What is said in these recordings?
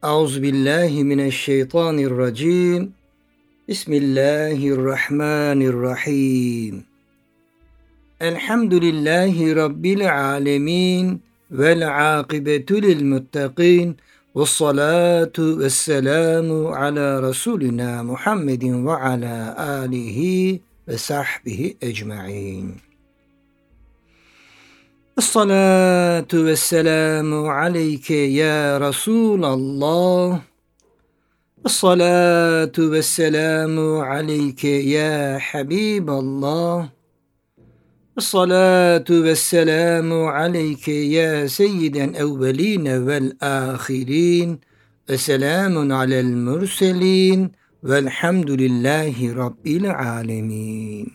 Euzubillahimineşşeytanirracim. Bismillahirrahmanirrahim. Elhamdülillahi Rabbil alemin. Vel akibetu lil muttaqin. Vessalatu vesselamu ala Resulina Muhammedin ve ala alihi ve sahbihi ecma'in. Esselatu vesselamu aleyke ya Resulallah. Esselatu vesselamu aleyke ya Habiballah. Esselatu vesselamu aleyke ya seyyiden evveline vel ahirin. Esselamun alel murselin. Velhamdülillahi Rabbil alemin.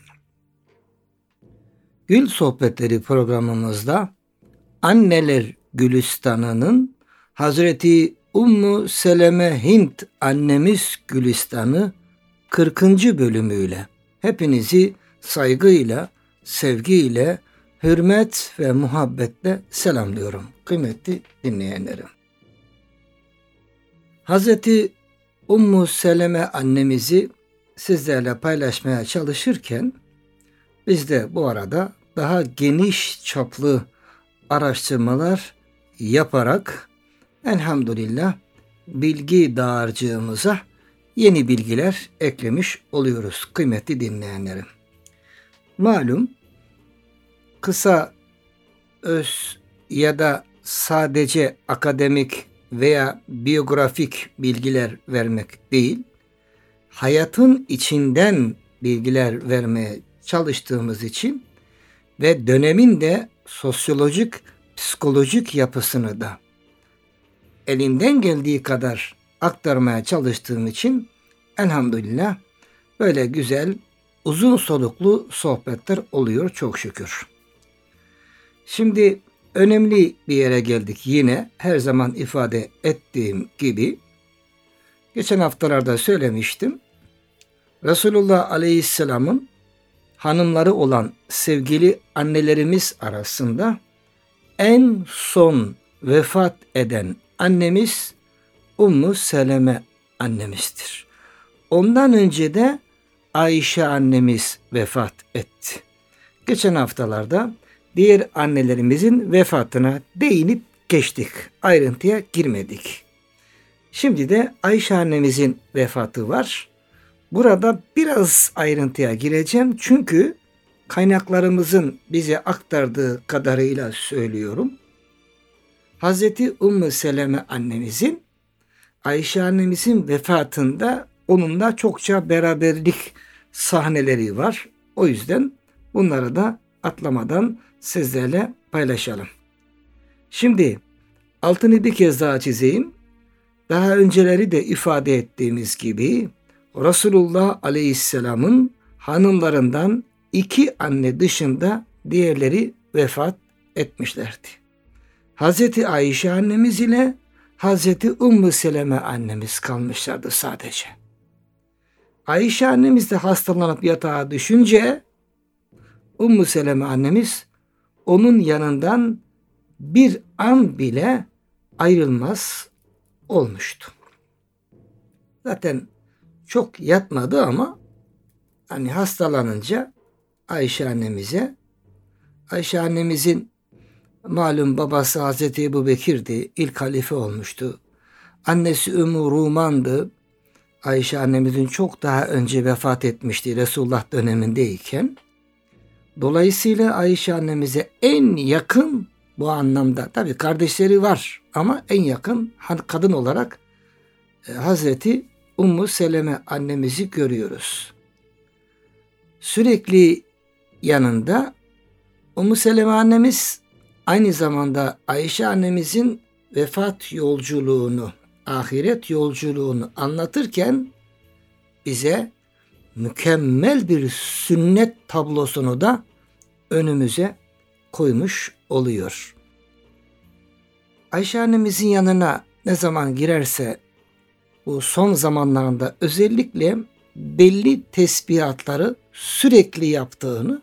Gül Sohbetleri programımızda Anneler Gülistanı'nın Hazreti Ummu Seleme Hint annemiz Gülistanı 40. bölümüyle hepinizi saygıyla, sevgiyle, hürmet ve muhabbetle selamlıyorum kıymetli dinleyenlerim. Hazreti Ummu Seleme annemizi sizlerle paylaşmaya çalışırken biz de bu arada daha geniş çaplı araştırmalar yaparak elhamdülillah bilgi dağarcığımıza yeni bilgiler eklemiş oluyoruz kıymetli dinleyenlerim. Malum kısa, öz ya da sadece akademik veya biyografik bilgiler vermek değil, hayatın içinden bilgiler vermeye çalıştığımız için ve dönemin de sosyolojik, psikolojik yapısını da elinden geldiği kadar aktarmaya çalıştığım için elhamdülillah böyle güzel, uzun soluklu sohbetler oluyor çok şükür. Şimdi önemli bir yere geldik yine her zaman ifade ettiğim gibi. Geçen haftalarda söylemiştim. Resulullah Aleyhisselam'ın hanımları olan sevgili annelerimiz arasında en son vefat eden annemiz Ummu Seleme annemizdir. Ondan önce de Ayşe annemiz vefat etti. Geçen haftalarda diğer annelerimizin vefatına değinip geçtik. Ayrıntıya girmedik. Şimdi de Ayşe annemizin vefatı var. Burada biraz ayrıntıya gireceğim çünkü kaynaklarımızın bize aktardığı kadarıyla söylüyorum. Hazreti Ummu Seleme annemizin Ayşe annemizin vefatında onunla çokça beraberlik sahneleri var. O yüzden bunları da atlamadan sizlerle paylaşalım. Şimdi altını bir kez daha çizeyim. Daha önceleri de ifade ettiğimiz gibi Resulullah Aleyhisselam'ın hanımlarından 2 anne dışında diğerleri vefat etmişlerdi. Hazreti Ayşe annemiz ile Hazreti Ummu Seleme annemiz kalmışlardı sadece. Ayşe annemiz de hastalanıp yatağa düşünce Ummu Seleme annemiz onun yanından bir an bile ayrılmaz olmuştu. Zaten çok yatmadı ama hani hastalanınca Ayşe annemizin malum babası Hazreti Ebubekir'di. İlk halife olmuştu. Annesi Ümmü Ruman'dı. Ayşe annemizin çok daha önce vefat etmişti Resulullah dönemindeyken. Dolayısıyla Ayşe annemize en yakın bu anlamda tabii kardeşleri var ama en yakın kadın olarak Hazreti Ummu Seleme annemizi görüyoruz. Sürekli yanında Ummu Seleme annemiz aynı zamanda Ayşe annemizin vefat yolculuğunu, ahiret yolculuğunu anlatırken bize mükemmel bir sünnet tablosunu da önümüze koymuş oluyor. Ayşe annemizin yanına ne zaman girerse bu son zamanlarında özellikle belli tesbihatları sürekli yaptığını,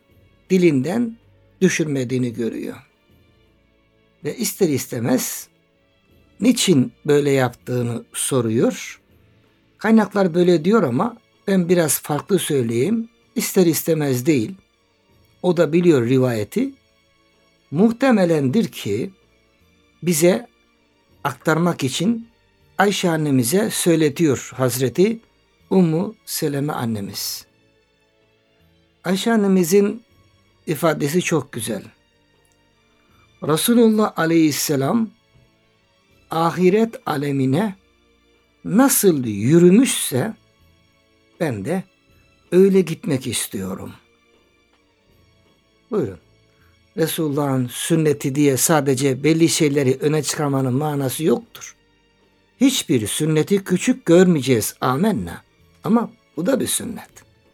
dilinden düşürmediğini görüyor. Ve ister istemez niçin böyle yaptığını soruyor. Kaynaklar böyle diyor ama ben biraz farklı söyleyeyim. İster istemez değil. O da biliyor rivayeti. Muhtemelendir ki bize aktarmak için Ayşe annemize söyletiyor Hazreti Ummu Seleme annemiz. Ayşe annemizin ifadesi çok güzel. Resulullah Aleyhisselam ahiret alemine nasıl yürümüşse ben de öyle gitmek istiyorum. Buyurun. Resulullah'ın sünneti diye sadece belli şeyleri öne çıkarmanın manası yoktur. Hiçbir sünneti küçük görmeyeceğiz. Amenna. Ama bu da bir sünnet.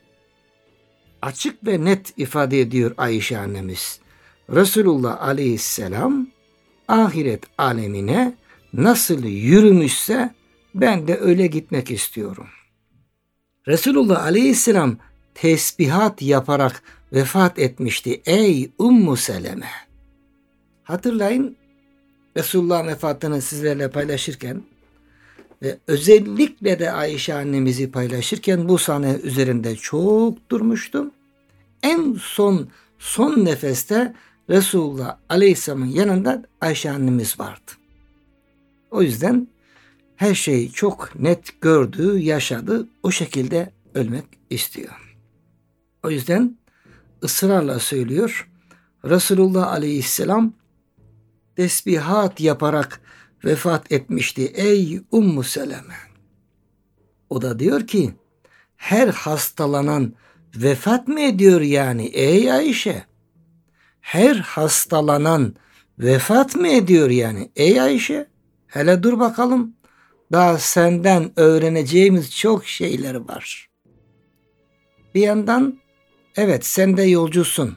Açık ve net ifade ediyor Ayşe annemiz. Resulullah Aleyhisselam ahiret alemine nasıl yürümüşse ben de öyle gitmek istiyorum. Resulullah Aleyhisselam tesbihat yaparak vefat etmişti. Ey Ummu Seleme. Hatırlayın, Resulullah'ın vefatını sizlerle paylaşırken ve özellikle de Ayşe annemizi paylaşırken bu sahne üzerinde çok durmuştum. En son nefeste Resulullah Aleyhisselam'ın yanında Ayşe annemiz vardı. O yüzden her şeyi çok net gördü, yaşadı. O şekilde ölmek istiyor. O yüzden ısrarla söylüyor. Resulullah Aleyhisselam tesbihat yaparak vefat etmişti. Ey Ummu Seleme. O da diyor ki her hastalanan vefat mı ediyor yani ey Ayşe? Her hastalanan vefat mı ediyor yani ey Ayşe? Hele dur bakalım. Daha senden öğreneceğimiz çok şeyler var. Bir yandan evet sen de yolcusun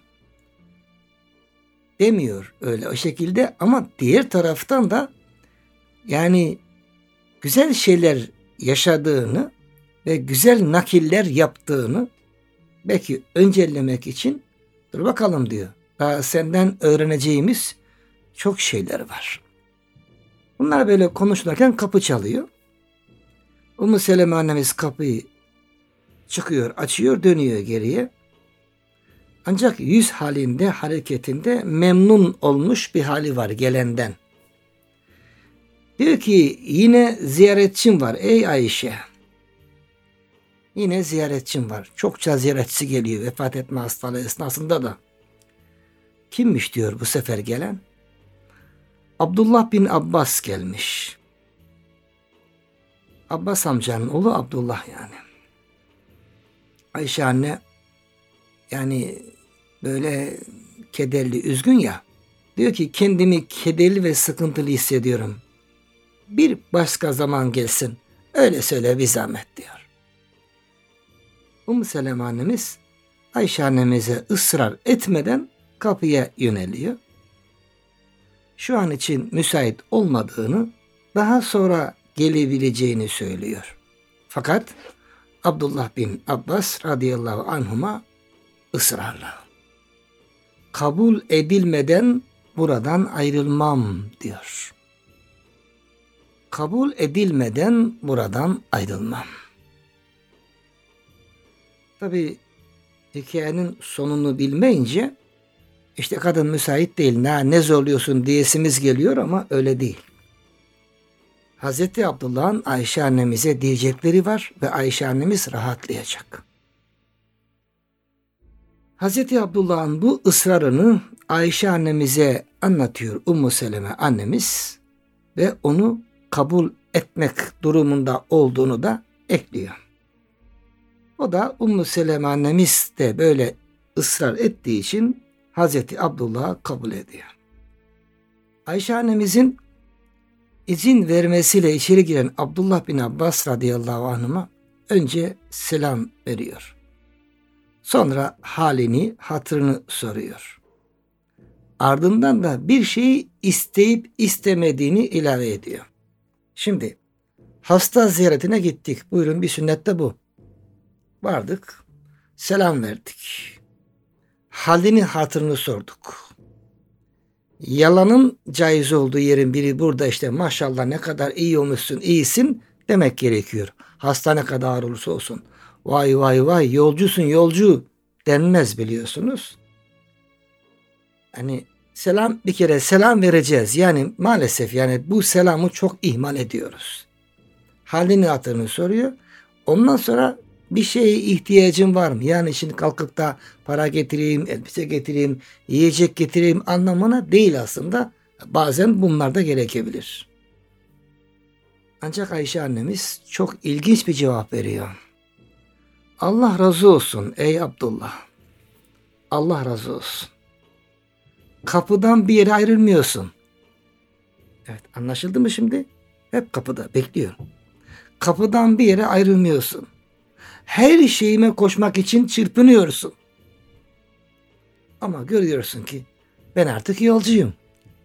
demiyor öyle o şekilde ama diğer taraftan da yani güzel şeyler yaşadığını ve güzel nakiller yaptığını belki öncellemek için dur bakalım diyor. Daha senden öğreneceğimiz çok şeyler var. Bunlar böyle konuşurken kapı çalıyor. Ummu Seleme annemiz kapıyı çıkıyor, açıyor, dönüyor geriye. Ancak yüz halinde, hareketinde memnun olmuş bir hali var gelenden. Diyor ki yine ziyaretçim var ey Ayşe. Yine ziyaretçim var. Çokça ziyaretçi geliyor vefat etme hastalığı esnasında da. Kimmiş diyor bu sefer gelen? Abdullah bin Abbas gelmiş. Abbas amcanın oğlu Abdullah yani. Ayşe anne yani böyle kederli, üzgün ya. Diyor ki kendimi kederli ve sıkıntılı hissediyorum. Bir başka zaman gelsin. Öyle söyle bir zahmet diyor. Ummu Seleme annemiz Ayşe annemize ısrar etmeden kapıya yöneliyor. Şu an için müsait olmadığını, daha sonra gelebileceğini söylüyor. Fakat Abdullah bin Abbas radıyallahu anhuma ısrarla. Kabul edilmeden buradan ayrılmam diyor. Kabul edilmeden buradan ayrılmam. Tabi hikayenin sonunu bilmeyince işte kadın müsait değil, ne zorluyorsun diyesimiz geliyor ama öyle değil. Hazreti Abdullah'ın Ayşe annemize diyecekleri var ve Ayşe annemiz rahatlayacak. Hazreti Abdullah'ın bu ısrarını Ayşe annemize anlatıyor Ummu Seleme annemiz ve onu kabul etmek durumunda olduğunu da ekliyor. O da Ummu Seleme annemiz de böyle ısrar ettiği için Hazreti Abdullah'ı kabul ediyor. Ayşe annemizin izin vermesiyle içeri giren Abdullah bin Abbas radıyallahu anh'a önce selam veriyor. Sonra halini, hatırını soruyor. Ardından da bir şeyi isteyip istemediğini ilave ediyor. Şimdi hasta ziyaretine gittik. Buyurun bir sünnet de bu. Vardık, selam verdik. Halini, hatırını sorduk. Yalanın caiz olduğu yerin biri burada, işte maşallah ne kadar iyi olmuşsun, iyisin demek gerekiyor. Hasta ne kadar ağır olursa olsun. Vay vay vay, yolcusun yolcu denmez, biliyorsunuz. Hani selam, bir kere selam vereceğiz. Yani maalesef yani bu selamı çok ihmal ediyoruz. Halini hatırını soruyor. Ondan sonra bir şeye ihtiyacın var mı? Yani şimdi kalkıp da para getireyim, elbise getireyim, yiyecek getireyim anlamına değil aslında. Bazen bunlar da gerekebilir. Ancak Ayşe annemiz çok ilginç bir cevap veriyor. Allah razı olsun ey Abdullah. Allah razı olsun. Kapıdan bir yere ayrılmıyorsun. Evet, anlaşıldı mı şimdi? Hep kapıda bekliyor. Kapıdan bir yere ayrılmıyorsun. Her şeyime koşmak için çırpınıyorsun. Ama görüyorsun ki ben artık yolcuyum.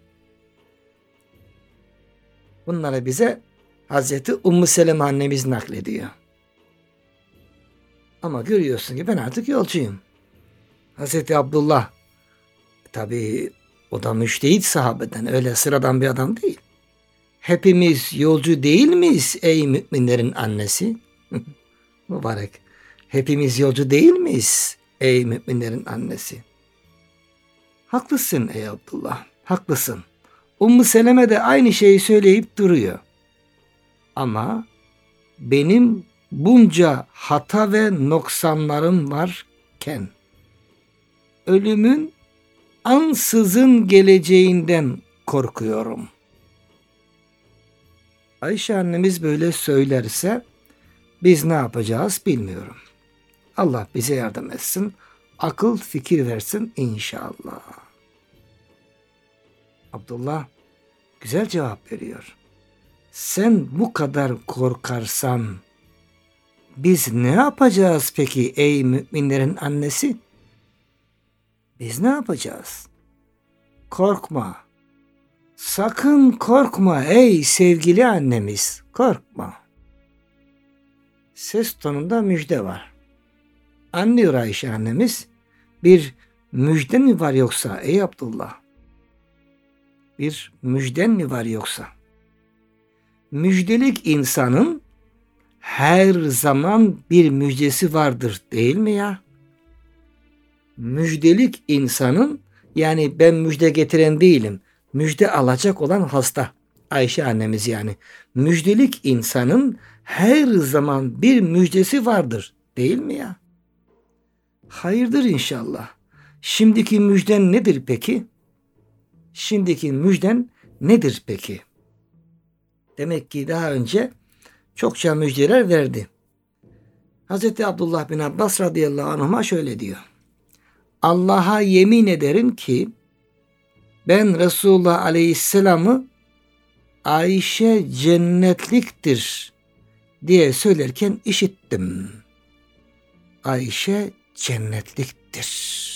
Bunları bize Hazreti Ümmü Seleme annemiz naklediyor. Ama görüyorsun ki ben artık yolcuyum. Hazreti Abdullah, tabii o da müştehit sahabeden, öyle sıradan bir adam değil. Hepimiz yolcu değil miyiz ey müminlerin annesi? Mübarek. Hepimiz yolcu değil miyiz ey müminlerin annesi? Haklısın ey Abdullah, haklısın. Ümmü Seleme de aynı şeyi söyleyip duruyor. Ama benim bunca hata ve noksanlarım varken ölümün ansızın geleceğinden korkuyorum. Ayşe annemiz böyle söylerse biz ne yapacağız bilmiyorum. Allah bize yardım etsin. Akıl fikir versin inşallah. Abdullah güzel cevap veriyor. Sen bu kadar korkarsan biz ne yapacağız peki ey müminlerin annesi? Biz ne yapacağız? Korkma. Sakın korkma ey sevgili annemiz. Korkma. Ses tonunda müjde var. Anlıyor Ayşe annemiz. Bir müjden mi var yoksa ey Abdullah? Bir müjden mi var yoksa? Müjdelik insanın her zaman bir müjdesi vardır değil mi ya? Müjdelik insanın, yani ben müjde getiren değilim, müjde alacak olan hasta Ayşe annemiz yani. Müjdelik insanın her zaman bir müjdesi vardır değil mi ya? Hayırdır inşallah. Şimdiki müjden nedir peki? Şimdiki müjden nedir peki? Demek ki daha önce çokça müjdeler verdi. Hazreti Abdullah bin Abbas radıyallahu anhuma şöyle diyor. Allah'a yemin ederim ki ben Resulullah aleyhisselamı Ayşe cennetliktir diye söylerken işittim. Ayşe cennetliktir.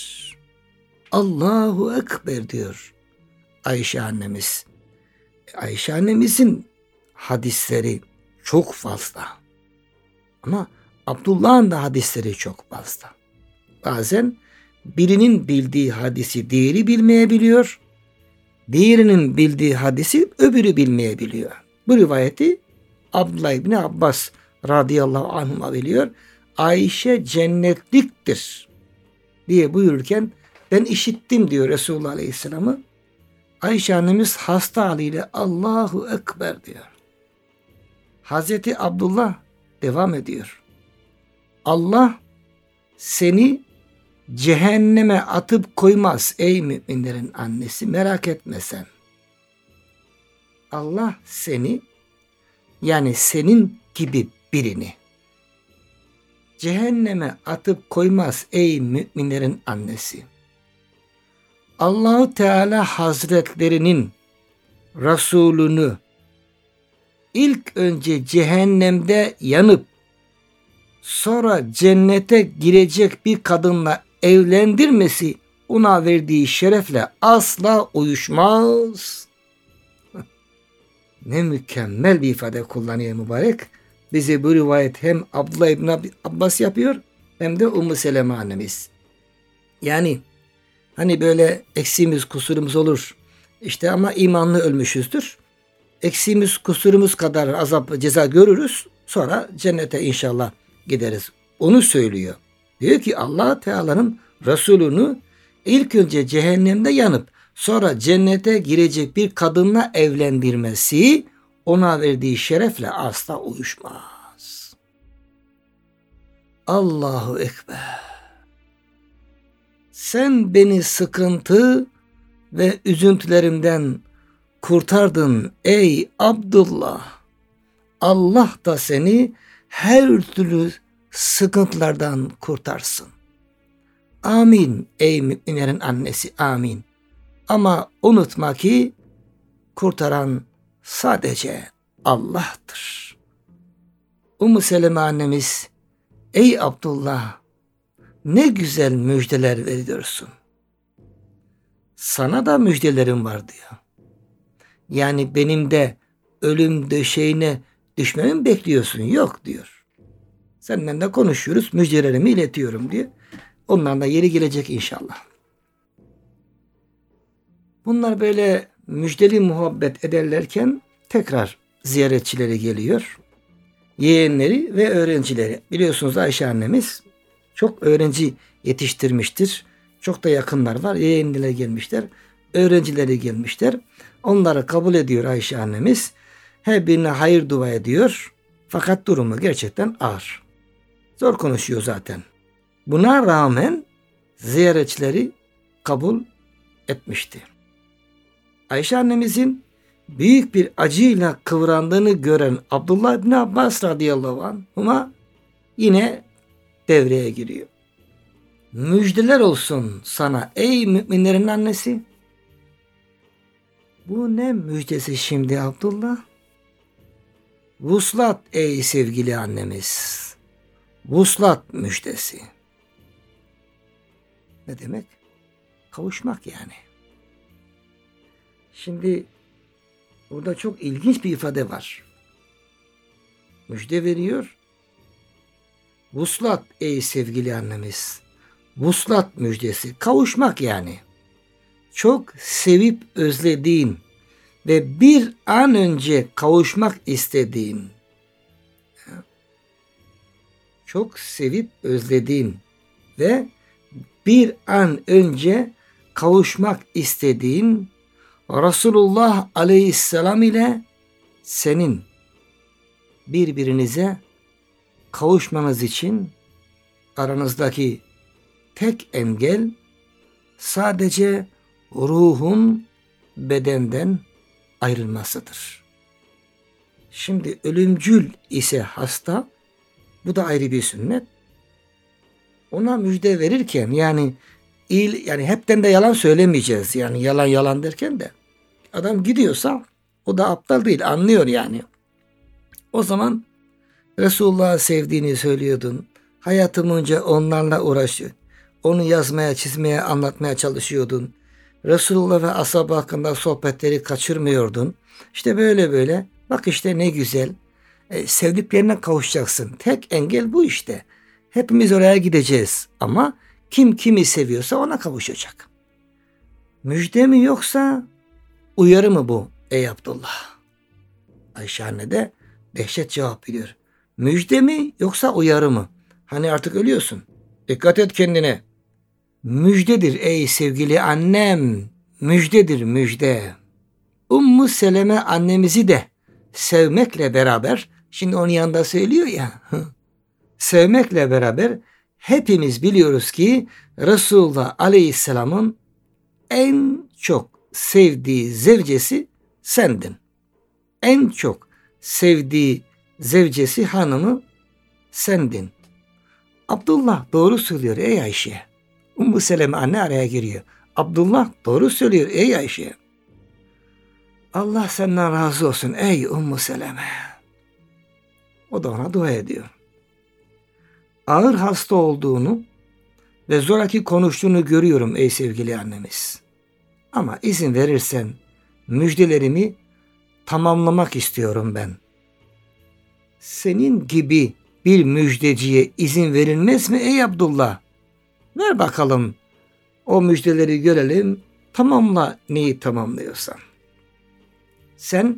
Allahu Ekber diyor Ayşe annemiz. Ayşe annemizin hadisleri çok fazla. Ama Abdullah'ın da hadisleri çok fazla. Bazen birinin bildiği hadisi diğeri bilmeyebiliyor. Diğerinin bildiği hadisi öbürü bilmeyebiliyor. Bu rivayeti Abdullah İbni Abbas radıyallahu anhuma biliyor. Ayşe cennetliktir diye buyururken ben işittim diyor Resulullah Aleyhisselam'ı. Ayşe annemiz hasta haliyle Allahu Ekber diyor. Hazreti Abdullah devam ediyor. Allah seni cehenneme atıp koymaz ey müminlerin annesi, merak etme sen. Allah seni, yani senin gibi birini cehenneme atıp koymaz ey müminlerin annesi. Allahu Teala Hazretlerinin Resulünü ilk önce cehennemde yanıp sonra cennete girecek bir kadınla evlendirmesi ona verdiği şerefle asla uyuşmaz. Ne mükemmel bir ifade kullanıyor mübarek. Bize bu rivayet hem Abdullah İbni Abbas yapıyor hem de Ümmü Seleme annemiz. Yani hani böyle eksiğimiz kusurumuz olur. İşte ama imanlı ölmüşüzdür. Eksiğimiz, kusurumuz kadar azap, ceza görürüz. Sonra cennete inşallah gideriz. Onu söylüyor. Diyor ki Allah Teala'nın Resulünü ilk önce cehennemde yanıp sonra cennete girecek bir kadınla evlendirmesi ona verdiği şerefle asla uyuşmaz. Allahu Ekber. Sen beni sıkıntı ve üzüntülerimden kurtardın ey Abdullah. Allah da seni her türlü sıkıntılardan kurtarsın. Amin ey müminlerin annesi, amin. Ama unutma ki kurtaran sadece Allah'tır. Ümmü Seleme annemiz, ey Abdullah ne güzel müjdeler veriyorsun. Sana da müjdelerim var diyor. Yani benim de ölüm döşeğine düşmemi mi bekliyorsun? Yok diyor. Seninle de konuşuyoruz, müjdelerimi iletiyorum diyor. Ondan da yeri gelecek inşallah. Bunlar böyle müjdeli muhabbet ederlerken tekrar ziyaretçileri geliyor. Yeğenleri ve öğrencileri. Biliyorsunuz Ayşe annemiz çok öğrenci yetiştirmiştir. Çok da yakınlar var. Yeğenleri gelmişler. Öğrencileri gelmişler. Onları kabul ediyor Ayşe annemiz. Her birine hayır dua ediyor. Fakat durumu gerçekten ağır. Zor konuşuyor zaten. Buna rağmen ziyaretçileri kabul etmişti. Ayşe annemizin büyük bir acıyla kıvrandığını gören Abdullah İbni Abbas radıyallahu anhuma yine devreye giriyor. Müjdeler olsun sana ey müminlerin annesi. Bu ne müjdesi şimdi Abdullah? Vuslat ey sevgili annemiz. Vuslat müjdesi. Ne demek? Kavuşmak yani. Şimdi burada çok ilginç bir ifade var. Müjde veriyor. Vuslat ey sevgili annemiz. Vuslat müjdesi. Kavuşmak yani. Çok sevip özlediğin ve bir an önce kavuşmak istediğin, çok sevip özlediğin ve bir an önce kavuşmak istediğin Resulullah Aleyhisselam ile senin birbirinize kavuşmanız için aranızdaki tek engel sadece ruhun bedenden ayrılmasıdır. Şimdi ölümcül ise hasta, bu da ayrı bir sünnet. Ona müjde verirken yani hepten de yalan söylemeyeceğiz. Yani yalan derken de adam gidiyorsa o da aptal değil, anlıyor yani. O zaman Resulullah'ı sevdiğini söylüyordun. Hayatım boyunca onlarla uğraşıyordun. Onu yazmaya, çizmeye, anlatmaya çalışıyordun. Resulullah ve ashab hakkında sohbetleri kaçırmıyordun. İşte böyle. Bak işte ne güzel. Sevdiklerine kavuşacaksın. Tek engel bu işte. Hepimiz oraya gideceğiz. Ama kim kimi seviyorsa ona kavuşacak. Müjde mi yoksa uyarı mı bu ey Abdullah? Ayşe anne de dehşet cevap veriyor. Müjde mi yoksa uyarı mı? Hani artık ölüyorsun. Dikkat et kendine. Müjdedir ey sevgili annem. Müjdedir müjde. Ümmü Seleme annemizi de sevmekle beraber, şimdi onun yanında söylüyor ya, sevmekle beraber hepimiz biliyoruz ki Resulullah Aleyhisselam'ın en çok sevdiği zevcesi sendin. En çok sevdiği zevcesi hanımı sendin. Abdullah doğru söylüyor ey Ayşe. Ümmü Seleme anne araya giriyor. Abdullah doğru söylüyor ey Ayşe. Allah senden razı olsun ey Ümmü Seleme. O da ona dua ediyor. Ağır hasta olduğunu ve zoraki konuştuğunu görüyorum ey sevgili annemiz. Ama izin verirsen müjdelerimi tamamlamak istiyorum ben. Senin gibi bir müjdeciye izin verilmez mi ey Abdullah? Ver bakalım o müjdeleri görelim. Tamamla neyi tamamlıyorsan. Sen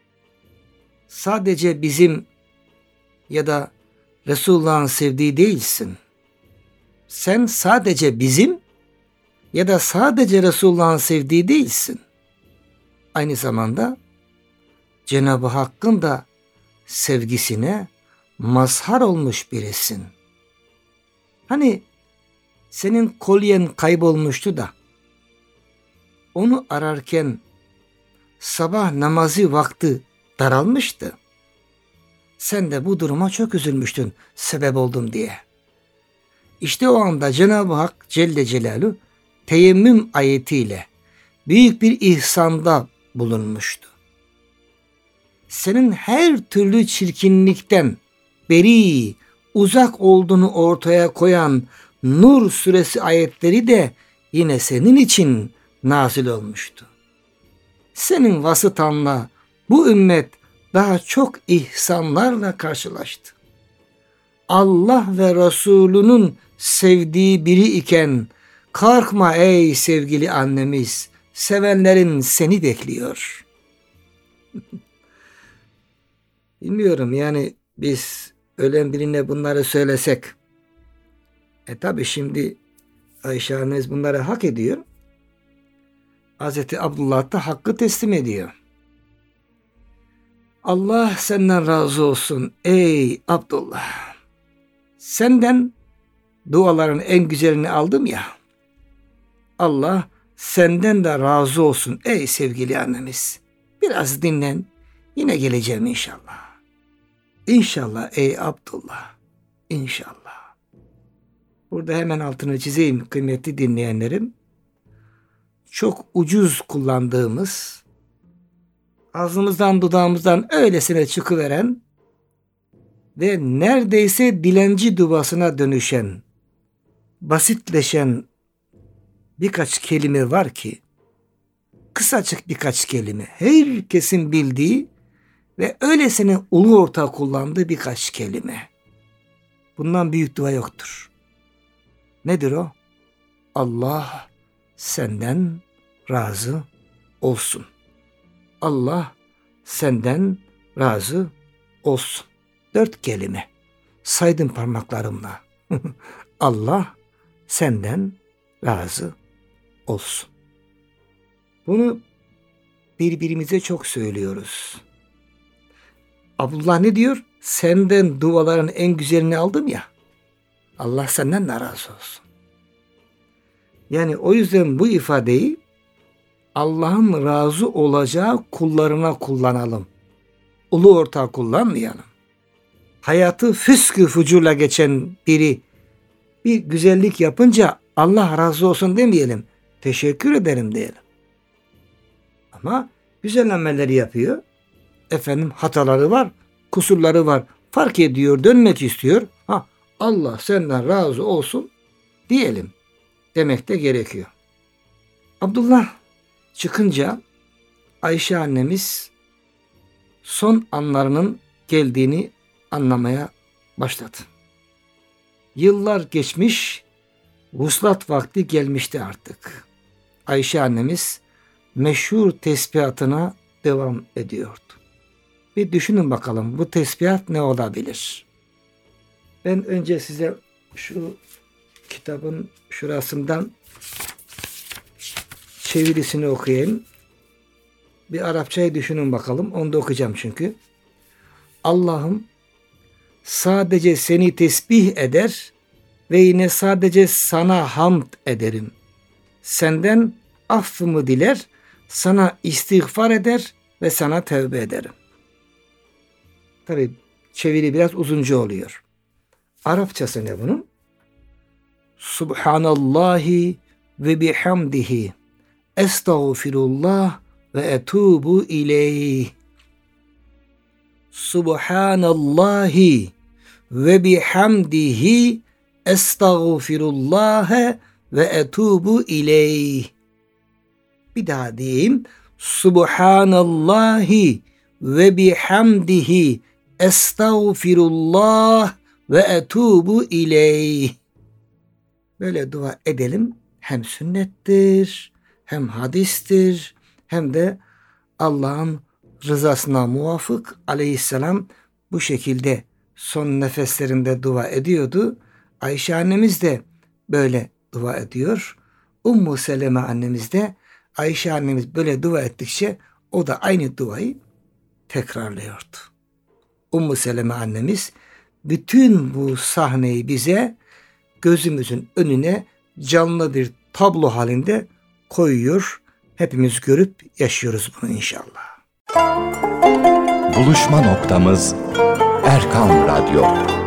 sadece bizim ya da Resulullah'ın sevdiği değilsin. Sen sadece bizim ya da sadece Resulullah'ın sevdiği değilsin. Aynı zamanda Cenab-ı Hakk'ın da sevgisine mazhar olmuş birisin. Hani senin kolyen kaybolmuştu da onu ararken sabah namazı vakti daralmıştı. Sen de bu duruma çok üzülmüştün sebep oldum diye. İşte o anda Cenab-ı Hak Celle Celaluhu teyemmüm ayetiyle büyük bir ihsanda bulunmuştu. Senin her türlü çirkinlikten beri, uzak olduğunu ortaya koyan Nur suresi ayetleri de yine senin için nazil olmuştu. Senin vasıtanla bu ümmet daha çok ihsanlarla karşılaştı. Allah ve Resulünün sevdiği biri iken korkma ey sevgili annemiz, sevenlerin seni bekliyor. Bilmiyorum yani biz ölen birine bunları söylesek. Tabi şimdi Ayşe annemiz bunları hak ediyor. Hazreti Abdullah da hakkı teslim ediyor. Allah senden razı olsun ey Abdullah. Senden duaların en güzelini aldım ya. Allah senden de razı olsun ey sevgili annemiz. Biraz dinlen. Yine geleceğim inşallah. İnşallah ey Abdullah. İnşallah. Burada hemen altını çizeyim kıymetli dinleyenlerim. Çok ucuz kullandığımız, ağzımızdan dudağımızdan öylesine çıkıveren ve neredeyse dilenci duasına dönüşen, basitleşen birkaç kelime var ki, kısacık birkaç kelime, herkesin bildiği ve öylesine ulu orta kullandığı birkaç kelime. Bundan büyük dua yoktur. Nedir o? Allah senden razı olsun. Allah senden razı olsun. 4 kelime. Saydım parmaklarımla. Allah senden razı olsun. Bunu birbirimize çok söylüyoruz. Abdullah ne diyor? Senden duaların en güzelini aldım ya. Allah senden de razı olsun. Yani o yüzden bu ifadeyi Allah'ın razı olacağı kullarına kullanalım. Ulu orta kullanmayalım. Hayatı füskü fucurla geçen biri bir güzellik yapınca Allah razı olsun demeyelim. Teşekkür ederim diyelim. Ama güzel amelleri yapıyor. Efendim hataları var, kusurları var. Fark ediyor, dönmek istiyor. Allah senden razı olsun diyelim. Demek de gerekiyor. Abdullah çıkınca Ayşe annemiz son anlarının geldiğini anlamaya başladı. Yıllar geçmiş, vuslat vakti gelmişti artık. Ayşe annemiz meşhur tesbihatına devam ediyordu. Bir düşünün bakalım bu tesbihat ne olabilir? Ben önce size şu kitabın şurasından çevirisini okuyayım. Bir Arapçayı düşünün bakalım. Onu da okuyacağım çünkü. Allah'ım sadece seni tesbih eder ve yine sadece sana hamd ederim. Senden affımı diler, sana istiğfar eder ve sana tevbe ederim. Tabii çeviri biraz uzunca oluyor. Arapçası ne bunun? Subhanallahi ve bihamdihi estağfirullah ve etubu ileyh. Subhanallahi ve bihamdihi estağfirullah ve etubu ileyh. Bir daha diyeyim. Subhanallahi ve bihamdihi estağfirullah ve etubu ileyh. Böyle dua edelim. Hem sünnettir hem hadistir hem de Allah'ın rızasına muvafık. Aleyhisselam bu şekilde son nefeslerinde dua ediyordu. Ayşe annemiz de böyle dua ediyor. Ummu Seleme annemiz de Ayşe annemiz böyle dua ettikçe o da aynı duayı tekrarlıyordu. Ummu Seleme annemiz bütün bu sahneyi bize gözümüzün önüne canlı bir tablo halinde koyuyor. Hepimiz görüp yaşıyoruz bunu inşallah. Buluşma noktamız Erkam Radyo.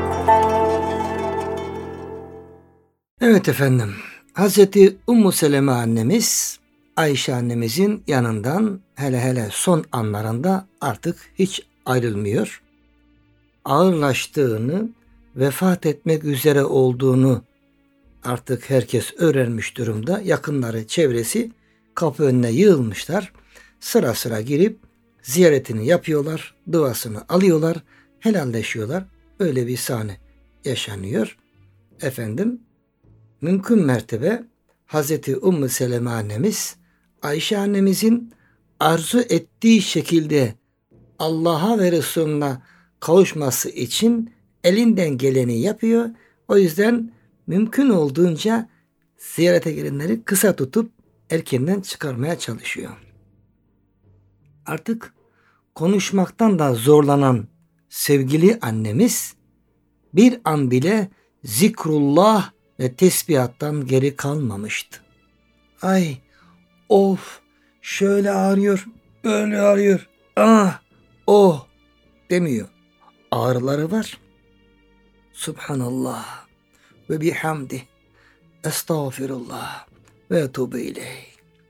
Evet efendim. Hazreti Ummu Seleme annemiz Ayşe annemizin yanından hele son anlarında artık hiç ayrılmıyor. Ağırlaştığını, vefat etmek üzere olduğunu artık herkes öğrenmiş durumda. Yakınları, çevresi kapı önüne yığılmışlar. Sıra sıra girip ziyaretini yapıyorlar, duasını alıyorlar, helalleşiyorlar. Öyle bir sahne yaşanıyor. Efendim, mümkün mertebe Hazreti Ummu Seleme annemiz Ayşe annemizin arzu ettiği şekilde Allah'a ve Resulüne kavuşması için elinden geleni yapıyor. O yüzden mümkün olduğunca ziyarete gelenleri kısa tutup erkenden çıkarmaya çalışıyor. Artık konuşmaktan da zorlanan sevgili annemiz bir an bile zikrullah ve tesbihattan geri kalmamıştı. Ay, of, şöyle ağrıyor, böyle ağrıyor, oh demiyor. Ağrıları var. Subhanallah ve bihamdi, estağfirullah ve etûbü ileyh.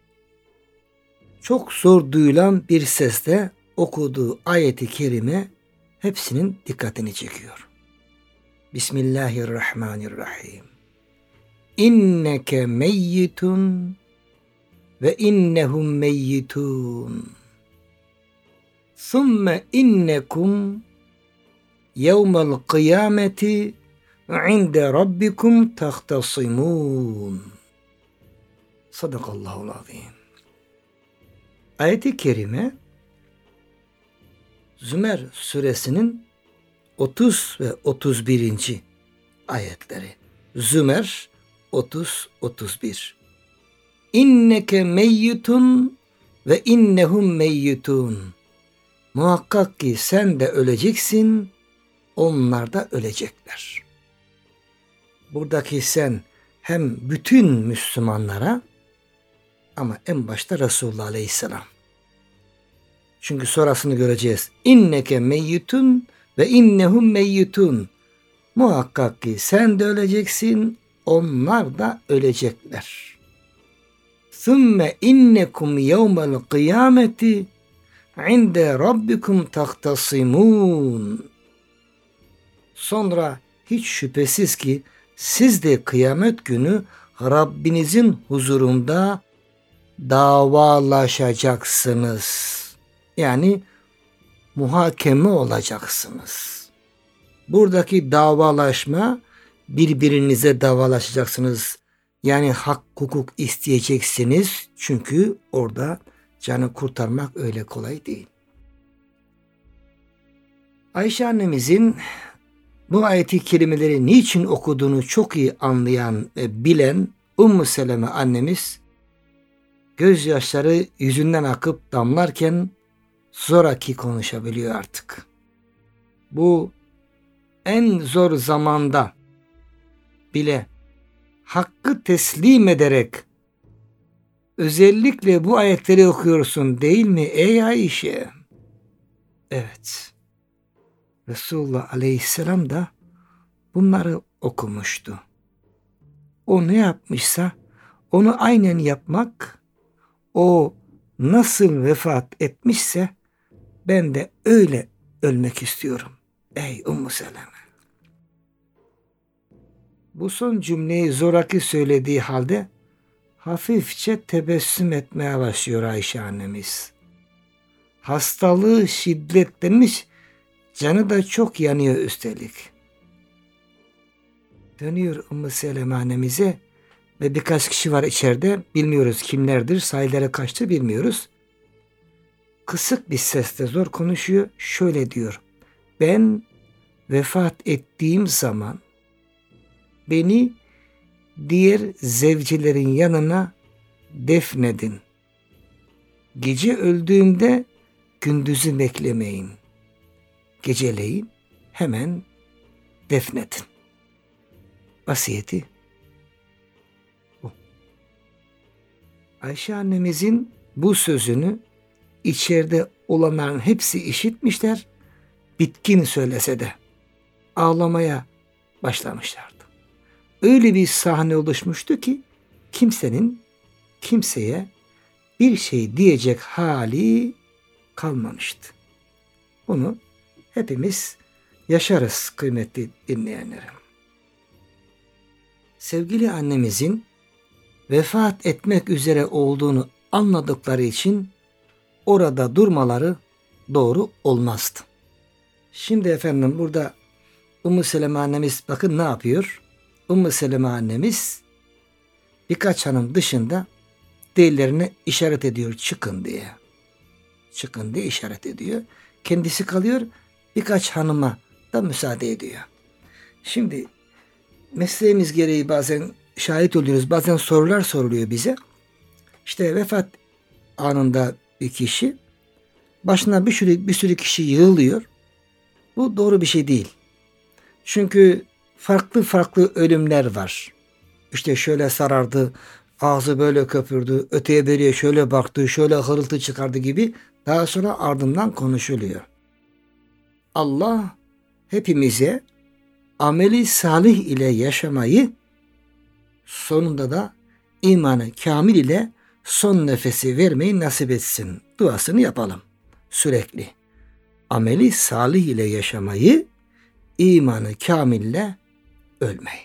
Çok zor duyulan bir sesle okuduğu ayeti kerime hepsinin dikkatini çekiyor. Bismillahirrahmanirrahim. İnneke meyyitun ve innehum meyyitun. Thumme innekum yevmel kıyameti inde rabbikum tahtasimun. Sadakallahul azim. Ayet-i kerime Zümer suresinin 30 ve 31. ayetleri. Zümer 30-31. İnneke meyyitun ve innehum meyyitun. Muhakkak ki sen de öleceksin, onlar da ölecekler. Buradaki sen hem bütün Müslümanlara ama en başta Resulullah Aleyhisselam. Çünkü sonrasını göreceğiz. İnneke meyyitun ve innehum meyyitun. Muhakkak ki sen de öleceksin, onlar da ölecekler. Thumme innekum yevmel kıyameti inde rabbikum tahtasimun. Sonra hiç şüphesiz ki siz de kıyamet günü Rabbinizin huzurunda davalaşacaksınız. Yani muhakeme olacaksınız. Buradaki davalaşma, birbirinize davalaşacaksınız. Yani hak hukuk isteyeceksiniz. Çünkü orada canı kurtarmak öyle kolay değil. Ayşe annemizin bu ayeti kelimeleri niçin okuduğunu çok iyi anlayan ve bilen Ummu Seleme annemiz gözyaşları yüzünden akıp damlarken zoraki konuşabiliyor artık. Bu en zor zamanda bile hakkı teslim ederek özellikle bu ayetleri okuyorsun değil mi ey Ayşe? Evet. Resulullah Aleyhisselam da bunları okumuştu. O ne yapmışsa onu aynen yapmak, o nasıl vefat etmişse ben de öyle ölmek istiyorum. Ey Ummu Seleme. Bu son cümleyi zoraki söylediği halde hafifçe tebessüm etmeye başlıyor Ayşe annemiz. Hastalığı şiddetlenmiş, canı da çok yanıyor üstelik. Dönüyor Ummu Seleme annemize ve birkaç kişi var içeride. Bilmiyoruz kimlerdir, sayıları kaçtır bilmiyoruz. Kısık bir sesle zor konuşuyor. Şöyle diyor. Ben vefat ettiğim zaman beni diğer zevcilerin yanına defnedin. Gece öldüğümde gündüzü beklemeyin. Geceleyin hemen defnedin. Vasiyeti bu. Ayşe annemizin bu sözünü içeride olanların hepsi işitmişler. Bitkin söylese de ağlamaya başlamışlardı. Öyle bir sahne oluşmuştu ki kimsenin kimseye bir şey diyecek hali kalmamıştı. Bunu hepimiz yaşarız kıymetli dinleyenlerim. Sevgili annemizin vefat etmek üzere olduğunu anladıkları için orada durmaları doğru olmazdı. Şimdi efendim burada Ümmü Seleme annemiz bakın ne yapıyor? Ümmü Seleme annemiz birkaç hanım dışında diğerlerine işaret ediyor çıkın diye. Çıkın diye işaret ediyor. Kendisi kalıyor, birkaç hanıma da müsaade ediyor. Şimdi mesleğimiz gereği bazen şahit oluyoruz. Bazen sorular soruluyor bize. İşte vefat anında bir kişi başına bir sürü kişi yığılıyor. Bu doğru bir şey değil. Çünkü farklı farklı ölümler var. İşte şöyle sarardı, ağzı böyle köpürdü, öteye beriye şöyle baktı, şöyle hırıltı çıkardı gibi daha sonra ardından konuşuluyor. Allah hepimize ameli salih ile yaşamayı, sonunda da imanı kamil ile son nefesi vermeyi nasip etsin. Duasını yapalım sürekli. Ameli salih ile yaşamayı, imanı kamil ile ölmeyi.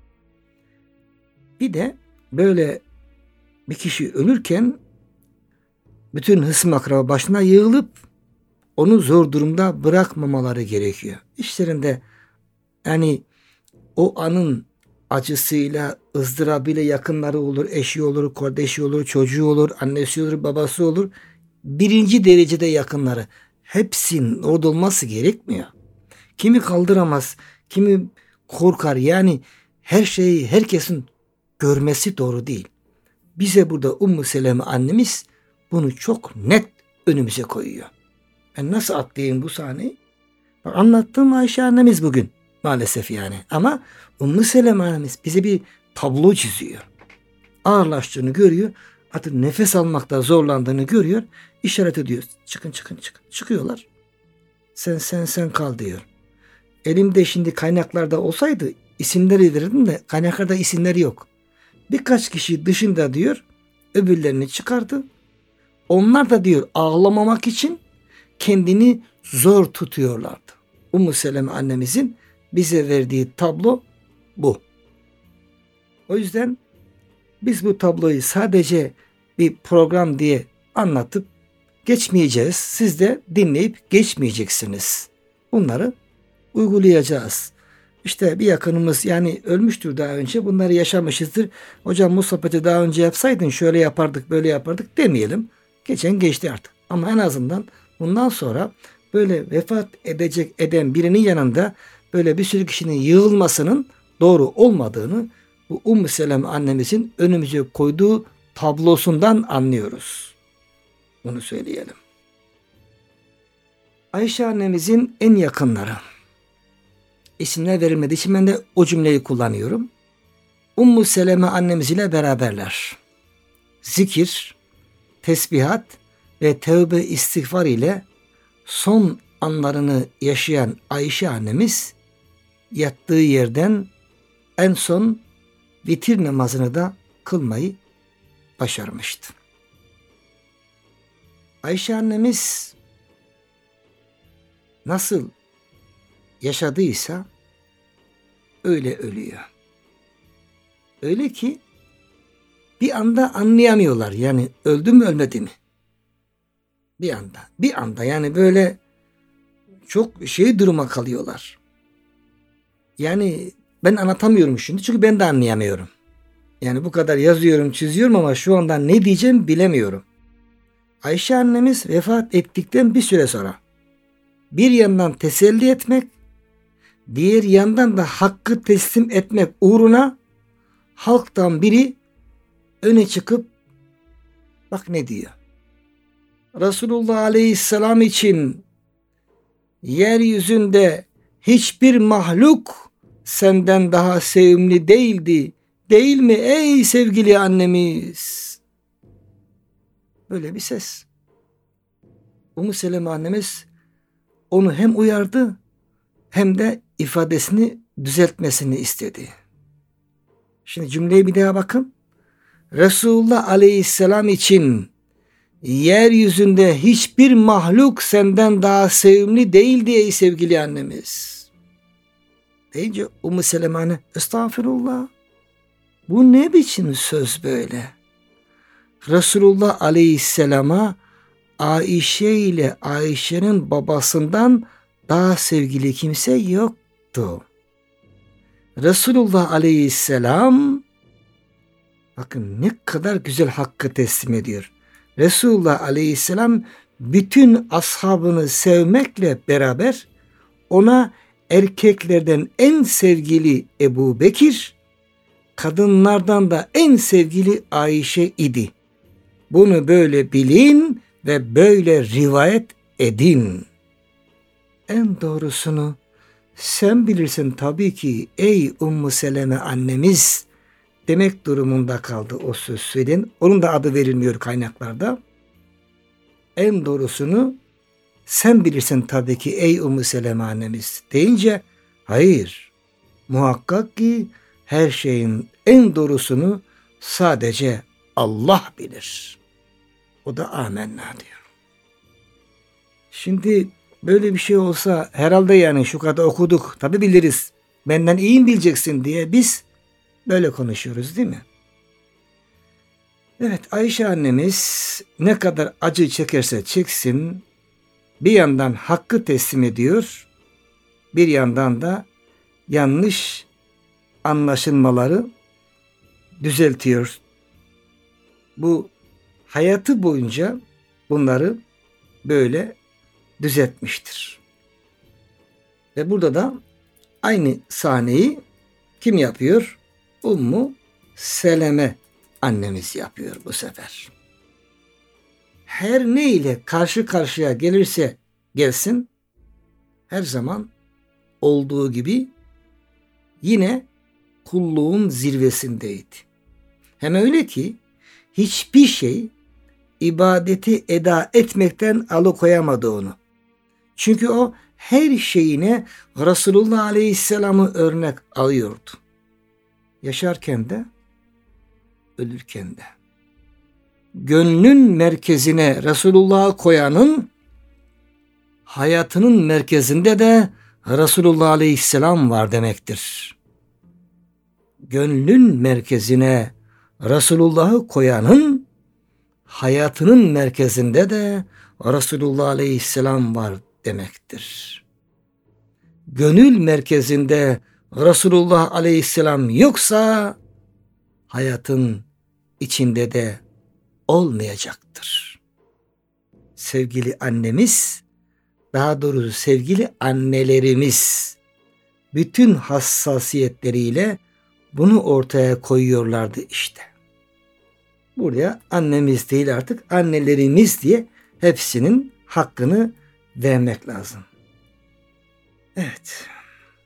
Bir de böyle bir kişi ölürken bütün hısım akraba başına yığılıp onu zor durumda bırakmamaları gerekiyor. İşlerinde yani o anın acısıyla, ızdırabıyla yakınları olur, eşi olur, kardeşi olur, çocuğu olur, annesi olur, babası olur. Birinci derecede yakınları. Hepsinin orada olması gerekmiyor. Kimi kaldıramaz, kimi korkar. Yani her şeyi herkesin görmesi doğru değil. Bize burada Ümmü Seleme annemiz bunu çok net önümüze koyuyor. Ben nasıl atlayayım bu sahneyi? Anlattığım Ayşe annemiz bugün maalesef yani. Ama Ümmü Seleme annemiz bize bir tablo çiziyor. Ağırlaştığını görüyor. Artık nefes almakta zorlandığını görüyor. İşaret ediyor. Çıkın. Çıkıyorlar. Sen kal diyor. Elimde şimdi kaynaklarda olsaydı isimleri verirdim de kaynaklarda isimleri yok. Birkaç kişi dışında diyor öbürlerini çıkardı. Onlar da diyor ağlamamak için kendini zor tutuyorlardı. Ümmü Seleme annemizin bize verdiği tablo bu. O yüzden biz bu tabloyu sadece bir program diye anlatıp geçmeyeceğiz. Siz de dinleyip geçmeyeceksiniz. Bunları uygulayacağız. İşte bir yakınımız yani ölmüştür daha önce. Bunları yaşamışızdır. Hocam bu sohbeti daha önce yapsaydın şöyle yapardık böyle yapardık demeyelim. Geçen geçti artık. Ama en azından bundan sonra böyle vefat eden birinin yanında böyle bir sürü kişinin yığılmasının doğru olmadığını bu Ümmü Seleme annemizin önümüze koyduğu tablosundan anlıyoruz. Bunu söyleyelim. Ayşe annemizin en yakınları. İsimler verilmediği için ben de o cümleyi kullanıyorum. Ümmü Seleme annemiz ile beraberler. Zikir, tesbihat ve tevbe istiğfar ile son anlarını yaşayan Ayşe annemiz yattığı yerden en son vitir namazını da kılmayı başarmıştı. Ayşe annemiz nasıl yaşadıysa öyle ölüyor. Öyle ki bir anda anlayamıyorlar. Yani öldü mü ölmedi mi? Bir anda yani böyle çok duruma kalıyorlar. Yani ben anlatamıyorum şimdi çünkü ben de anlayamıyorum. Yani bu kadar yazıyorum, çiziyorum ama şu anda ne diyeceğim bilemiyorum. Ayşe annemiz vefat ettikten bir süre sonra bir yandan teselli etmek, diğer yandan da hakkı teslim etmek uğruna halktan biri öne çıkıp bak ne diyor. Resulullah Aleyhisselam için yeryüzünde hiçbir mahluk senden daha sevimli değildi. Değil mi ey sevgili annemiz? Böyle bir ses. Ümmü Seleme annemiz onu hem uyardı hem de ifadesini düzeltmesini istedi. Şimdi cümleye bir daha bakın. Resulullah Aleyhisselam için yeryüzünde hiçbir mahluk senden daha sevimli değildi ey sevgili annemiz. Deyince Ümmü Seleme anne estağfirullah. Bu ne biçim söz böyle? Resulullah Aleyhisselam'a Ayşe ile Ayşe'nin babasından daha sevgili kimse yoktu. Resulullah Aleyhisselam bakın ne kadar güzel hakkı teslim ediyor. Resulullah Aleyhisselam bütün ashabını sevmekle beraber ona erkeklerden en sevgili Ebu Bekir, kadınlardan da en sevgili Ayşe idi. Bunu böyle bilin ve böyle rivayet edin. En doğrusunu sen bilirsin tabii ki ey Ümmü Seleme annemiz demek durumunda kaldı o söz söyleyen. Onun da adı verilmiyor kaynaklarda. En doğrusunu sen bilirsin tabii ki ey Ümmü Seleme annemiz deyince hayır, muhakkak ki her şeyin en doğrusunu sadece Allah bilir. O da amenna diyor. Şimdi böyle bir şey olsa herhalde yani şu kadar okuduk tabi biliriz. Benden iyi mi bileceksin diye biz böyle konuşuyoruz değil mi? Evet, Ayşe annemiz ne kadar acı çekerse çeksin bir yandan hakkı teslim ediyor, bir yandan da yanlış anlaşılmaları düzeltiyor. Bu hayatı boyunca bunları böyle düzeltmiştir. Ve burada da aynı sahneyi kim yapıyor? Ümmü Seleme annemiz yapıyor bu sefer. Her ne ile karşı karşıya gelirse gelsin her zaman olduğu gibi yine kulluğun zirvesindeydi. Hem öyle ki hiçbir şey ibadeti eda etmekten alıkoyamadı onu. Çünkü o her şeyine Resulullah Aleyhisselam'ı örnek alıyordu. Yaşarken de, ölürken de. Gönlün merkezine Resulullah'ı koyanın hayatının merkezinde de Resulullah Aleyhisselam var demektir. Gönlün merkezine Resulullah'ı koyanın hayatının merkezinde de Resulullah Aleyhisselam var demektir. Gönül merkezinde Resulullah Aleyhisselam yoksa hayatın içinde de olmayacaktır. Sevgili annemiz, daha doğrusu sevgili annelerimiz bütün hassasiyetleriyle bunu ortaya koyuyorlardı işte. Buraya annemiz değil artık annelerimiz diye hepsinin hakkını vermek lazım. Evet.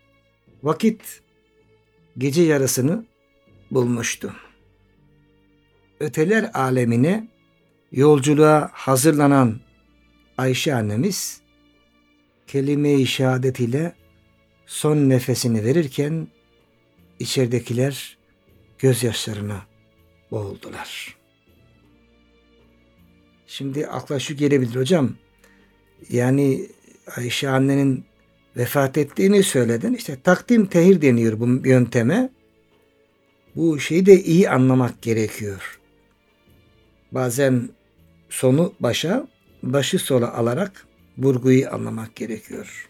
Vakit gece yarısını bulmuştu. Öteler alemine yolculuğa hazırlanan Ayşe annemiz kelime-i şehadet ile son nefesini verirken içeridekiler gözyaşlarına boğuldular. Şimdi akla şu gelebilir hocam. Yani Ayşe annenin vefat ettiğini söyledin. İşte takdim tehir deniyor bu yönteme. Bu şeyi de iyi anlamak gerekiyor. Bazen sonu başa, başı sola alarak vurguyu anlamak gerekiyor.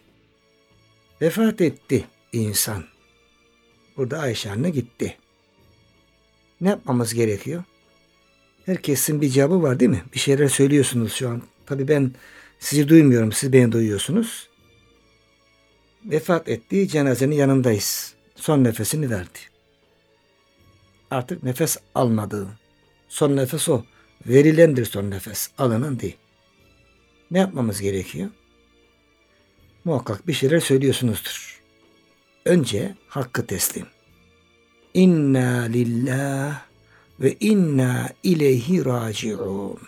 Vefat etti insan. Burada Ayşe anne gitti. Ne yapmamız gerekiyor? Herkesin bir cevabı var değil mi? Bir şeyler söylüyorsunuz şu an. Tabii ben sizi duymuyorum, siz beni duyuyorsunuz. Vefat ettiği cenazenin yanındayız. Son nefesini verdi. Artık nefes almadığı. Son nefes o. Verilendir son nefes. Alınan değil. Ne yapmamız gerekiyor? Muhakkak bir şeyler söylüyorsunuzdur. Önce hakkı teslim. İnna lillah ve inna ileyhi raciun.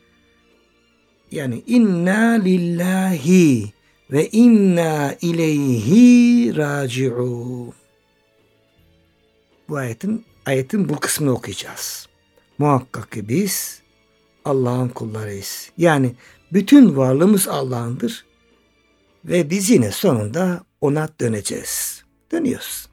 Yani inna lillahi ve inna ileyhi raciun. Bu ayetin bu kısmını okuyacağız. Muhakkak ki biz Allah'ın kullarıyız. Yani bütün varlığımız Allah'ındır ve biz yine sonunda ona döneceğiz. Dönüyoruz.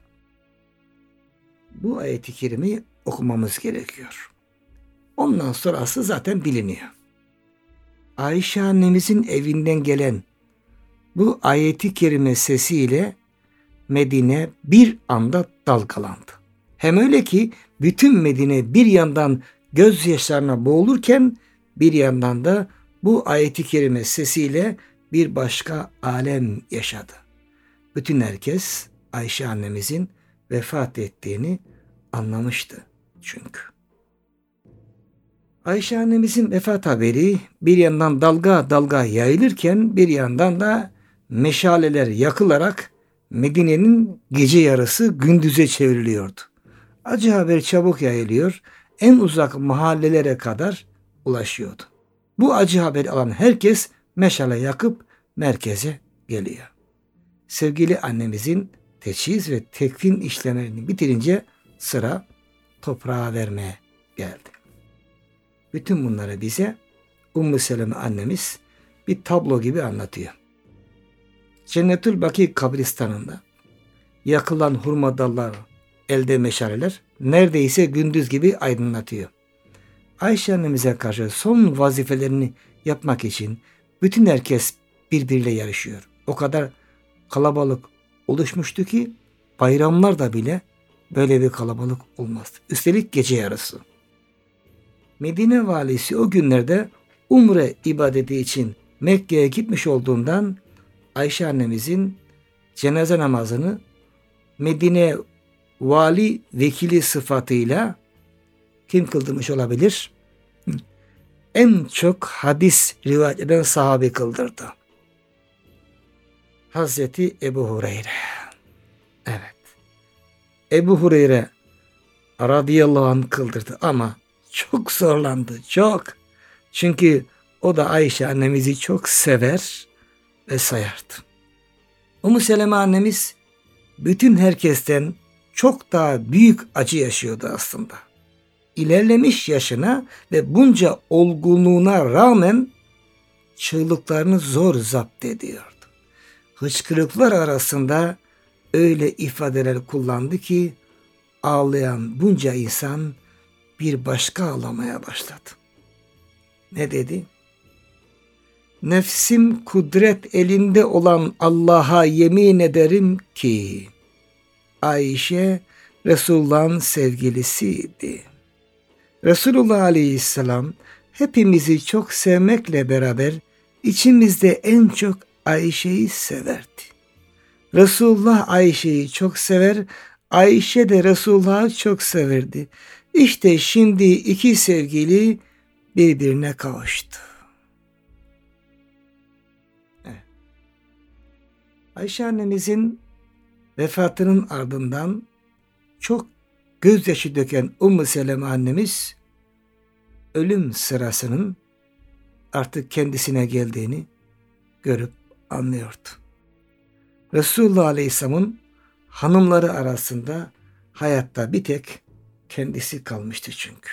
Bu ayet-i kerimeyi okumamız gerekiyor. Ondan sonrası zaten biliniyor. Ayşe annemizin evinden gelen bu ayet-i kerime sesiyle Medine bir anda dalgalandı. Hem öyle ki bütün Medine bir yandan gözyaşlarına boğulurken bir yandan da bu ayet-i kerime sesiyle bir başka alem yaşadı. Bütün herkes Ayşe annemizin vefat ettiğini anlamıştı çünkü. Ayşe annemizin vefat haberi bir yandan dalga dalga yayılırken bir yandan da meşaleler yakılarak Medine'nin gece yarısı gündüze çevriliyordu. Acı haber çabuk yayılıyor, en uzak mahallelere kadar ulaşıyordu. Bu acı haberi alan herkes meşale yakıp merkeze geliyor. Sevgili annemizin teçhiz ve tekfin işlemlerini bitirince sıra toprağa vermeye geldi. Bütün bunları bize Ümmü Seleme annemiz bir tablo gibi anlatıyor. Cennetül Baki kabristanında yakılan hurma dalları, elde meşaleler neredeyse gündüz gibi aydınlatıyor. Ayşe annemize karşı son vazifelerini yapmak için bütün herkes birbiriyle yarışıyor. O kadar kalabalık oluşmuştu ki bayramlarda bile böyle bir kalabalık olmazdı. Üstelik gece yarısı. Medine valisi o günlerde umre ibadeti için Mekke'ye gitmiş olduğundan Ayşe annemizin cenaze namazını Medine vali vekili sıfatıyla kim kıldırmış olabilir? En çok hadis rivayet eden sahabe kıldırdı. Hazreti Ebu Hureyre. Evet. Ebu Hureyre radıyallahu anh kıldırdı ama çok zorlandı. Çok. Çünkü o da Ayşe annemizi çok sever ve sayardı. Ümmü Seleme annemiz bütün herkesten çok daha büyük acı yaşıyordu aslında. İlerlemiş yaşına ve bunca olgunluğuna rağmen çığlıklarını zor zapt ediyordu. Hıçkırıklar arasında öyle ifadeler kullandı ki ağlayan bunca insan bir başka ağlamaya başladı. Ne dedi? Nefsim kudret elinde olan Allah'a yemin ederim ki Ayşe Resulullah'ın sevgilisiydi. Resulullah Aleyhisselam hepimizi çok sevmekle beraber içimizde en çok Ayşe'yi severdi. Resulullah Ayşe'yi çok sever, Ayşe de Resulullah'ı çok severdi. İşte şimdi iki sevgili birbirine kavuştu. Evet. Ayşe annemizin vefatının ardından çok gözyaşı döken Ümmü Seleme annemiz ölüm sırasının artık kendisine geldiğini görüp anlıyordu. Resulullah Aleyhisselam'ın hanımları arasında hayatta bir tek kendisi kalmıştı çünkü.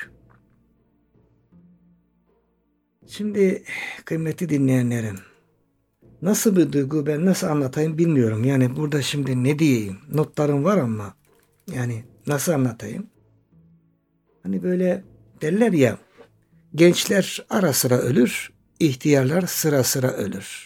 Şimdi kıymetli dinleyenlerim, nasıl bir duygu, ben nasıl anlatayım bilmiyorum. Yani burada şimdi ne diyeyim? Notlarım var ama yani nasıl anlatayım? Hani böyle derler ya, gençler ara sıra ölür, ihtiyarlar sıra sıra ölür.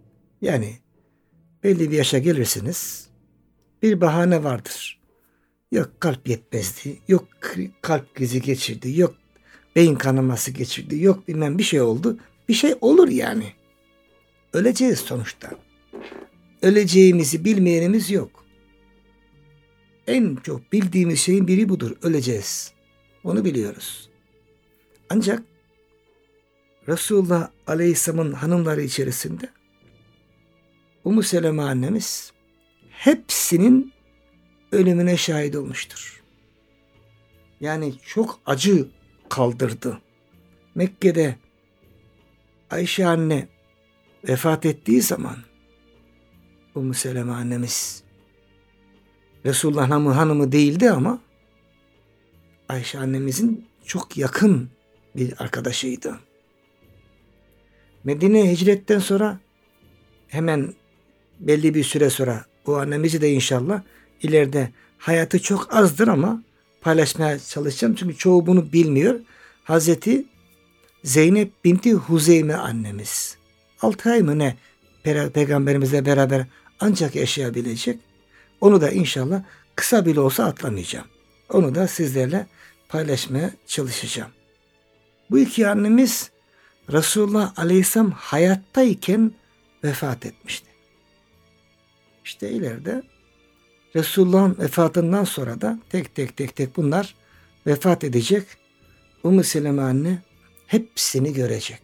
Yani belli bir yaşa gelirsiniz, bir bahane vardır. Yok kalp yetmezdi, yok kalp krizi geçirdi, yok beyin kanaması geçirdi, yok bilmem bir şey oldu. Bir şey olur yani. Öleceğiz sonuçta. Öleceğimizi bilmeyenimiz yok. En çok bildiğimiz şeyin biri budur. Öleceğiz. Onu biliyoruz. Ancak Resulullah Aleyhisselam'ın hanımları içerisinde Ümmü Seleme annemiz hepsinin ölümüne şahit olmuştur. Yani çok acı kaldırdı. Mekke'de Ayşe anne vefat ettiği zaman Ümmü Seleme annemiz Resulullah hanımı değildi ama Ayşe annemizin çok yakın bir arkadaşıydı. Medine'ye hicretten sonra hemen belli bir süre sonra bu annemizi de inşallah ileride hayatı çok azdır ama paylaşmaya çalışacağım. Çünkü çoğu bunu bilmiyor. Hazreti Zeynep binti Huzeyme annemiz 6 ay mı ne peygamberimizle beraber ancak yaşayabilecek. Onu da inşallah kısa bile olsa atlamayacağım. Onu da sizlerle paylaşmaya çalışacağım. Bu iki annemiz Resulullah Aleyhisselam hayattayken vefat etmişti. İşte ileride Resulullah'ın vefatından sonra da tek tek bunlar vefat edecek. Ümmü Seleme anne hepsini görecek.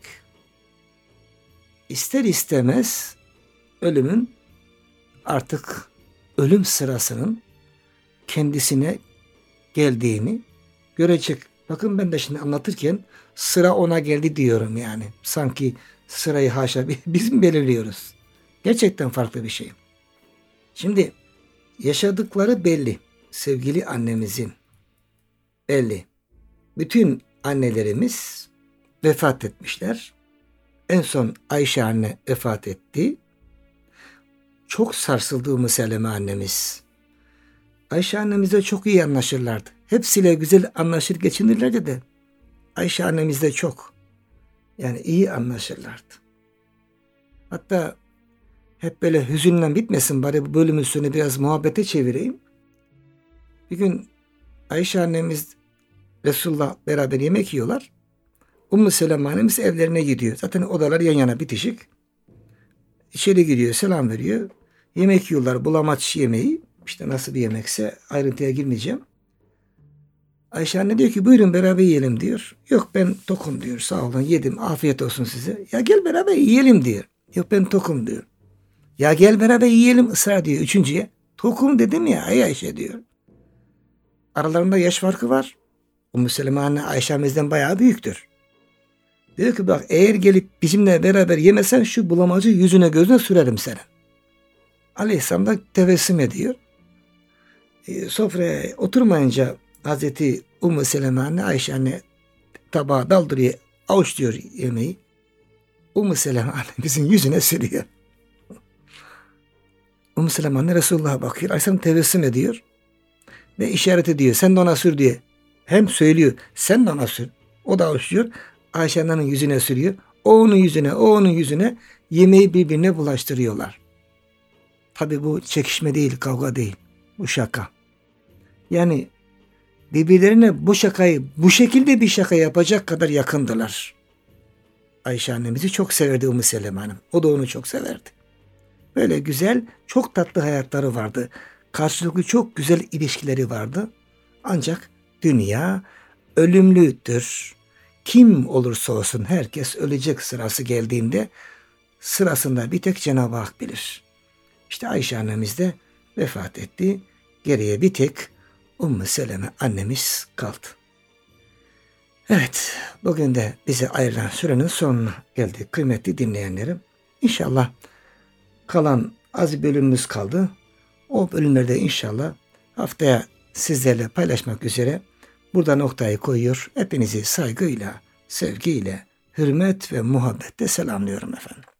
İster istemez ölümün artık ölüm sırasının kendisine geldiğini görecek. Bakın ben de şimdi anlatırken sıra ona geldi diyorum yani. Sanki sırayı haşa biz mi belirliyoruz? Gerçekten farklı bir şey. Şimdi yaşadıkları belli. Sevgili annemizin belli. Bütün annelerimiz vefat etmişler. En son Ayşe anne vefat etti. Çok sarsıldı Ümmü Seleme annemiz. Ayşe annemizle çok iyi anlaşırlardı. Hepsiyle güzel anlaşır geçinirlerdi de Ayşe annemizle çok yani iyi anlaşırlardı. Hatta hep böyle hüzünle bitmesin bari bu bölümün sonu biraz muhabbete çevireyim. Bir gün Ayşe annemiz Resulullah beraber yemek yiyorlar. Ümmü Seleme annemiz evlerine gidiyor. Zaten odalar yan yana bitişik. İçeri giriyor, selam veriyor. Yemek yiyorlar, bulamaç yemeği. İşte nasıl bir yemekse ayrıntıya girmeyeceğim. Ayşe anne diyor ki buyurun beraber yiyelim diyor. Yok ben tokum diyor. Sağ olun yedim afiyet olsun size. Ya gel beraber yiyelim diyor. Yok ben tokum diyor. Ya gel beraber yiyelim ısrar diyor üçüncüye. Tokum dedim ya ay Ayşe diyor. Aralarında yaş farkı var. Ümmü Seleme anne Ayşe annemizden bayağı büyüktür. Diyor ki bak eğer gelip bizimle beraber yemesen şu bulamacı yüzüne gözüne sürerim senin. Aleyhisselam da tebessüm ediyor. Sofraya oturmayınca Hazreti Ümmü Seleme anne Ayşe anne tabağa daldırıyor, avuçluyor yemeği. Ümmü Seleme annemizin yüzüne sürüyor. Ümmü Seleme anne Resulullah'a bakıyor. Aleyhisselam tebessüm ediyor. Ve işaret ediyor. Sen de ona sür diye. Hem söylüyor. Sen de ona sür. O da avuçluyor. Ayşe annenin yüzüne sürüyor. O onun yüzüne, o onun yüzüne yemeği birbirine bulaştırıyorlar. Tabi bu çekişme değil, kavga değil. Bu şaka. Yani birbirlerine bu şakayı, bu şekilde bir şaka yapacak kadar yakındılar. Ayşe annemizi çok severdi Ümmü Seleme Hanım. O da onu çok severdi. Böyle güzel, çok tatlı hayatları vardı. Karşılıklı çok güzel ilişkileri vardı. Ancak dünya ölümlüdür. Kim olursa olsun herkes ölecek sırası geldiğinde sırasında bir tek Cenab-ı Hak bilir. İşte Ayşe annemiz de vefat etti. Geriye bir tek Ümmü Seleme annemiz kaldı. Evet, bugün de bize ayrılan sürenin sonuna geldik kıymetli dinleyenlerim. İnşallah kalan az bölümümüz kaldı. O bölümlerde inşallah haftaya sizlerle paylaşmak üzere burada noktayı koyuyor. Hepinizi saygıyla, sevgiyle, hürmet ve muhabbetle selamlıyorum efendim.